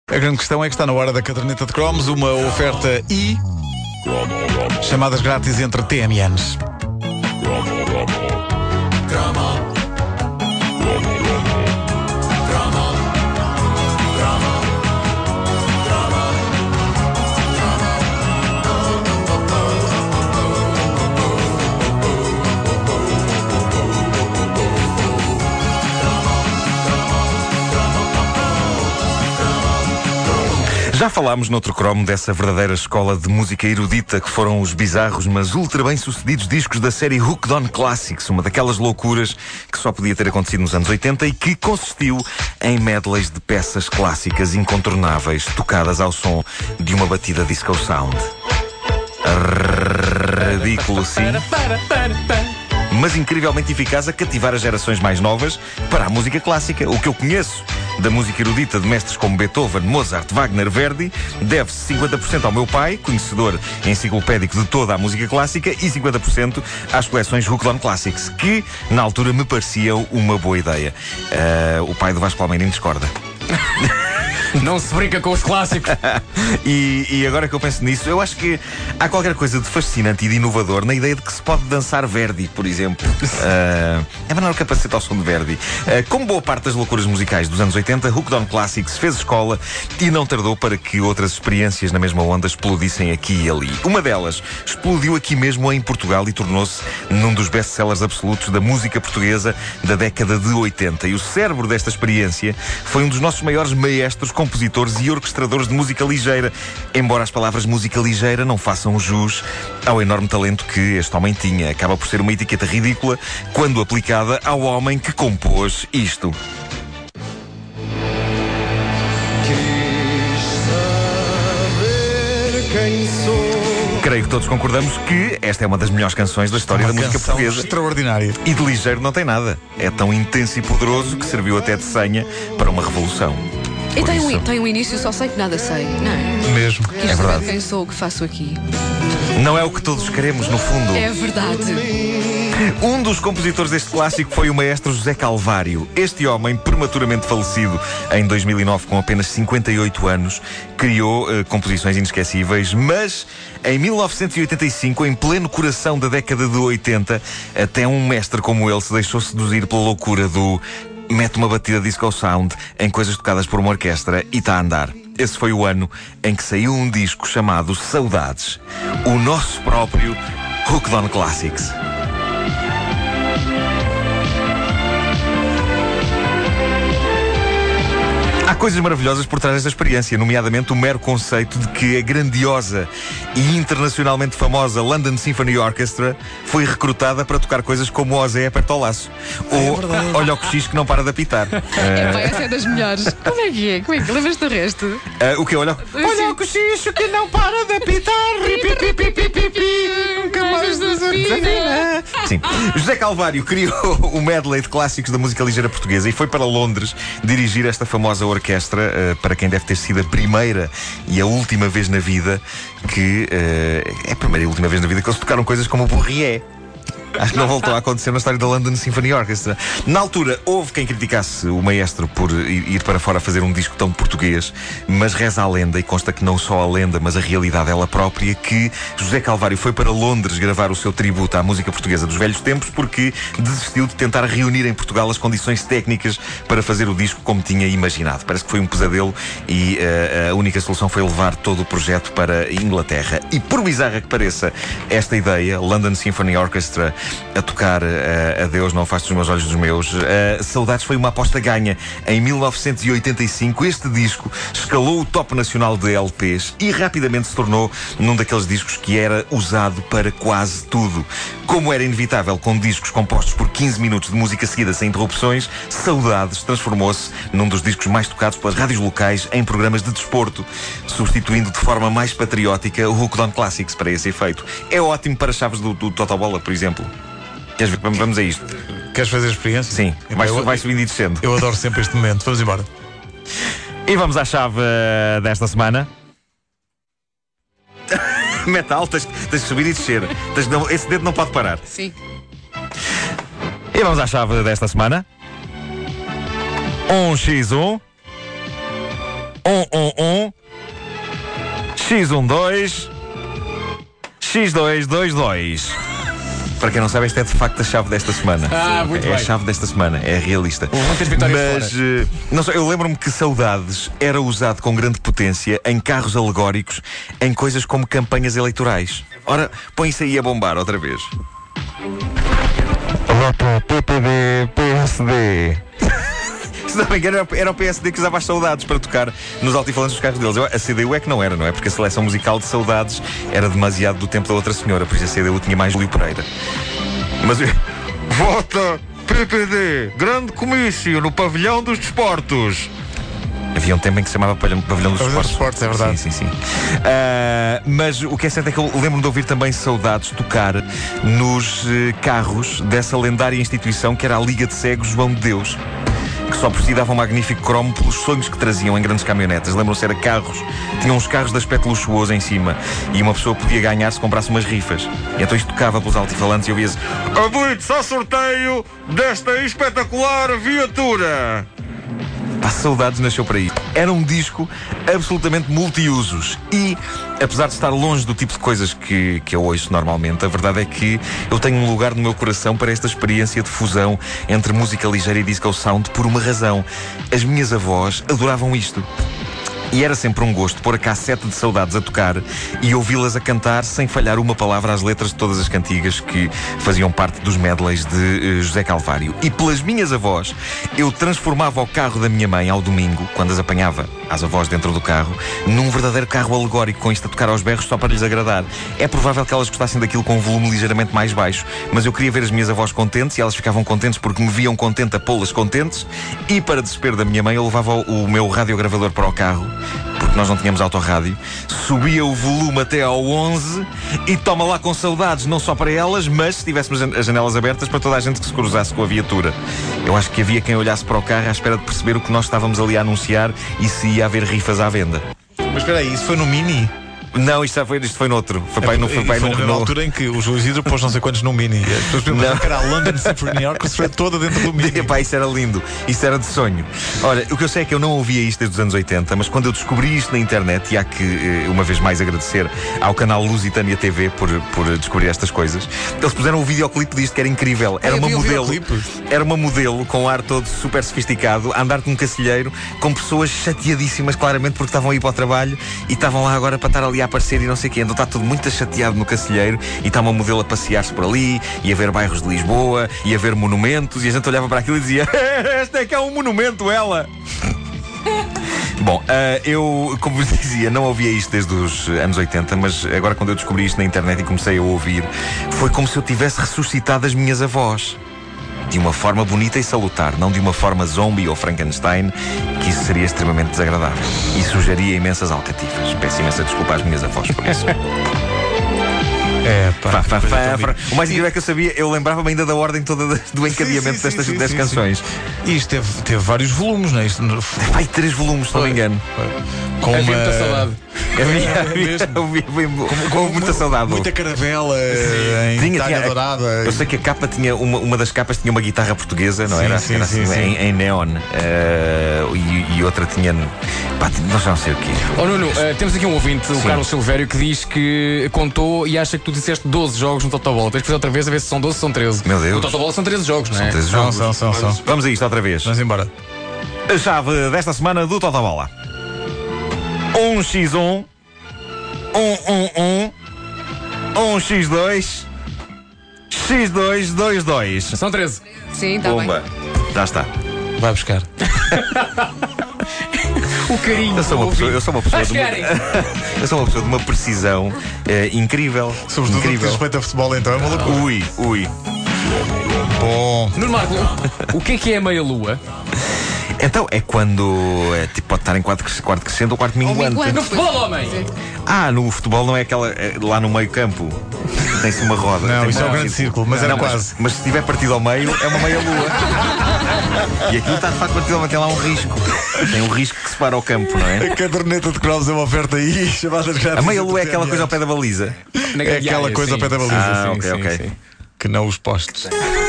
A grande questão é que está na hora da caderneta de cromos, uma oferta e chamadas grátis entre TMNs. Já falámos noutro cromo dessa verdadeira escola de música erudita que foram os bizarros, mas ultra bem-sucedidos discos da série Hooked on Classics, uma daquelas loucuras que só podia ter acontecido nos anos 80 e que consistiu em medleys de peças clássicas incontornáveis, tocadas ao som de uma batida disco sound. Ridículo, sim, mas incrivelmente eficaz a cativar as gerações mais novas para a música clássica. O que eu conheço da música erudita de mestres como Beethoven, Mozart, Wagner, Verdi deve-se 50% ao meu pai, conhecedor enciclopédico de toda a música clássica, e 50% às coleções Hooked on Classics, que na altura me pareciam uma boa ideia. O pai do Vasco Palmeirinho discorda. Não se brinca com os clássicos. E agora que eu penso nisso, eu acho que há qualquer coisa de fascinante e de inovador na ideia de que se pode dançar Verdi, por exemplo. É mandar o capacete ao som de Verdi. Como boa parte das loucuras musicais dos anos 80, Hooked on Classics fez escola e não tardou para que outras experiências na mesma onda explodissem aqui e ali. Uma delas explodiu aqui mesmo em Portugal e tornou-se num dos best-sellers absolutos da música portuguesa da década de 80. E o cérebro desta experiência foi um dos nossos maiores maestros, compositores e orquestradores de música ligeira, embora as palavras música ligeira não façam jus ao enorme talento que este homem tinha. Acaba por ser uma etiqueta ridícula quando aplicada ao homem que compôs isto. Quis saber quem sou. Creio que todos concordamos que esta é uma das melhores canções da história da música portuguesa. Extraordinária. E de ligeiro não tem nada. É tão intenso e poderoso que serviu até de senha para uma revolução. E Por isso, tem um início, só sei que nada sei, não é? Mesmo. Quis É saber verdade. quem sou, o que faço aqui. não é o que todos queremos, no fundo. É verdade. Um dos compositores deste clássico foi o maestro José Calvário. Este homem, prematuramente falecido em 2009 com apenas 58 anos, criou composições inesquecíveis, mas em 1985, em pleno coração da década de 80, até um mestre como ele se deixou seduzir pela loucura do mete uma batida disco sound em coisas tocadas por uma orquestra e está a andar. Esse foi o ano em que saiu um disco chamado Saudades, o nosso próprio Hooked on Classics. Há coisas maravilhosas por trás desta experiência, nomeadamente o mero conceito de que a grandiosa e internacionalmente famosa London Symphony Orchestra foi recrutada para tocar coisas como o Ozé aperta o laço. Ou olha o cochicho que não para de apitar. Essa é das melhores. Como é que é? Como é que lembras do resto? O que? Olha o cochicho que não para de apitar. Nunca mais desafina. Sim. José Calvário criou o medley de clássicos da música ligeira portuguesa e foi para Londres dirigir esta famosa orquestra, para quem deve ter sido a primeira e a última vez na vida que... é a primeira e última vez na vida que eles tocaram coisas como o Bourrier. Acho que não voltou a acontecer na história da London Symphony Orchestra. Na altura, houve quem criticasse o maestro por ir para fora fazer um disco tão português, mas reza a lenda, e consta que não só a lenda, mas a realidade ela própria, que José Calvário foi para Londres gravar o seu tributo à música portuguesa dos velhos tempos porque desistiu de tentar reunir em Portugal as condições técnicas para fazer o disco como tinha imaginado. Parece que foi um pesadelo e a única solução foi levar todo o projeto para a Inglaterra. E por bizarra que pareça esta ideia, London Symphony Orchestra a tocar Adeus, não afastes os meus olhos dos meus, Saudades foi uma aposta ganha. Em 1985 este disco escalou o top nacional de LPs e rapidamente se tornou num daqueles discos que era usado para quase tudo. Como era inevitável com discos compostos por 15 minutos de música seguida sem interrupções, Saudades transformou-se num dos discos mais tocados pelas rádios locais em programas de desporto, substituindo de forma mais patriótica o Hooked on Classics para esse efeito. É ótimo para chaves do Totobola, por exemplo. Queres ver? Vamos a isto. Queres fazer a experiência? Sim, vai subindo e descendo. Eu adoro sempre este momento. Vamos embora. E vamos à chave desta semana. Metal, tens que subir e descer. Esse dedo não pode parar. Sim. E vamos à chave desta semana. 1x1. X12 X222. Para quem não sabe, esta é de facto a chave desta semana. Muito é bem. a chave desta semana, é realista. Muitas vitórias Mas não sei, eu lembro-me que Saudades era usado com grande potência em carros alegóricos, em coisas como campanhas eleitorais. Ora, põe isso aí a bombar outra vez. Voto PPD, PSD. Se não me engano, era o PSD que usava as Saudades para tocar nos altifalantes dos carros deles. A CDU é que não era, não é? Porque a seleção musical de Saudades era demasiado do tempo da outra senhora, por isso a CDU tinha mais Júlio Pereira. Mas vota PPD, grande comício no pavilhão dos desportos. Havia um tempo em que se chamava Pavilhão dos Desportos. É verdade. Sim. Mas o que é certo é que eu lembro-me de ouvir também Saudades tocar nos carros dessa lendária instituição que era a Liga de Cegos João de Deus, que só por si dava um magnífico cromo pelos sonhos que traziam em grandes caminhonetas. Lembram-se, era carros, tinham uns carros de aspecto luxuoso em cima e uma pessoa podia ganhar se comprasse umas rifas. E então isto tocava pelos altifalantes e ouvia-se: "Habilite-se ao sorteio desta espetacular viatura." A Saudades nasceu para isso. Era um disco absolutamente multiusos e, apesar de estar longe do tipo de coisas que eu ouço normalmente, a verdade é que eu tenho um lugar no meu coração para esta experiência de fusão entre música ligeira e disco sound por uma razão. As minhas avós adoravam isto. E era sempre um gosto pôr a cassete de Saudades a tocar e ouvi-las a cantar sem falhar uma palavra às letras de todas as cantigas que faziam parte dos medleys de José Calvário. E pelas minhas avós, eu transformava o carro da minha mãe ao domingo, quando as apanhava às avós dentro do carro, num verdadeiro carro alegórico, com isto a tocar aos berros só para lhes agradar. É provável que elas gostassem daquilo com um volume ligeiramente mais baixo, mas eu queria ver as minhas avós contentes e elas ficavam contentes porque me viam contente a pô-las contentes. E para desespero da minha mãe, eu levava o meu radiogravador para o carro, porque nós não tínhamos autorrádio, subia o volume até ao 11 e toma lá com Saudades, não só para elas, mas se tivéssemos as janelas abertas para toda a gente que se cruzasse com a viatura. Eu acho que havia quem olhasse para o carro à espera de perceber o que nós estávamos ali a anunciar e se ia haver rifas à venda. Mas espera aí, isso foi no Mini? Não, isto foi noutro. Foi na altura em que o Júlio Isidro pôs não sei quantos no Mini. As pessoas pensavam que era a London Symphony Orchestra toda dentro do Mini. Epá, isso era lindo. Isso era de sonho. Olha, o que eu sei é que eu não ouvia isto desde os anos 80, mas quando eu descobri isto na internet, e há que, uma vez mais, agradecer ao canal Lusitânia TV por descobrir estas coisas, eles puseram o videoclipe disto, que era incrível. Era uma modelo com um ar todo super sofisticado, a andar com um cacilheiro, com pessoas chateadíssimas, claramente, porque estavam a ir para o trabalho e estavam lá agora para estar ali a aparecer e não sei o quê. Então está tudo muito chateado no cacilheiro e está uma modelo a passear-se por ali e a ver bairros de Lisboa e a ver monumentos, e a gente olhava para aquilo e dizia: "Esta é que é um monumento, ela!" Bom, eu, como vos dizia, não ouvia isto desde os anos 80, mas agora quando eu descobri isto na internet e comecei a ouvir, foi como se eu tivesse ressuscitado as minhas avós. De uma forma bonita e salutar, não de uma forma zombie ou Frankenstein, que isso seria extremamente desagradável e sujaria imensas alcatifas. Peço imensa desculpa às minhas avós por isso. O mais incrível é que eu lembrava-me ainda da ordem toda do encadeamento destas canções. E isto teve vários volumes, não é? Isto Vai 3 volumes, se não me engano. Com havia muita saudade. Com muita saudade. Muita caravela em talha dourada. Eu sei que a capa tinha, uma das capas tinha uma guitarra portuguesa, não era? Sim, era assim, em neon. E outra tinha. Não sei o quê. Oh Nuno, temos aqui um ouvinte, o Carlos Silvério, que diz que contou e acha que tu disseste 12 jogos no Totobola. Tens que fazer outra vez a ver se são 12 ou são 13. Meu Deus. No Totobola são 13 jogos, não é? São 13 jogos. São. Vamos a isto outra vez. Vamos embora. A chave desta semana do Totobola: 1x1, 1x2, x222. São 13. Sim, está bem. Pumba. Já está. Vai buscar. O carinho. Eu sou uma pessoa de uma precisão incrível. Sobretudo no que diz respeito a futebol, então é uma loucura. Ui. Bom. Nuno Marco, o que é a meia-lua? Então, é quando pode estar em quarto crescendo ou quarto minguante. No futebol, homem! No futebol não é aquela lá no meio campo. Tem-se uma roda. Não, isso é um grande círculo, mas era quase. Mas se estiver partido ao meio, é uma meia-lua. E aquilo está de facto partido ao meio, tem lá um risco. Tem um risco que separa o campo, não é? A caderneta de cromos é uma oferta aí, chamadas grátis. A meia-lua é aquela coisa ao pé da baliza. É aquela coisa ao pé da baliza, ok. que não os postos.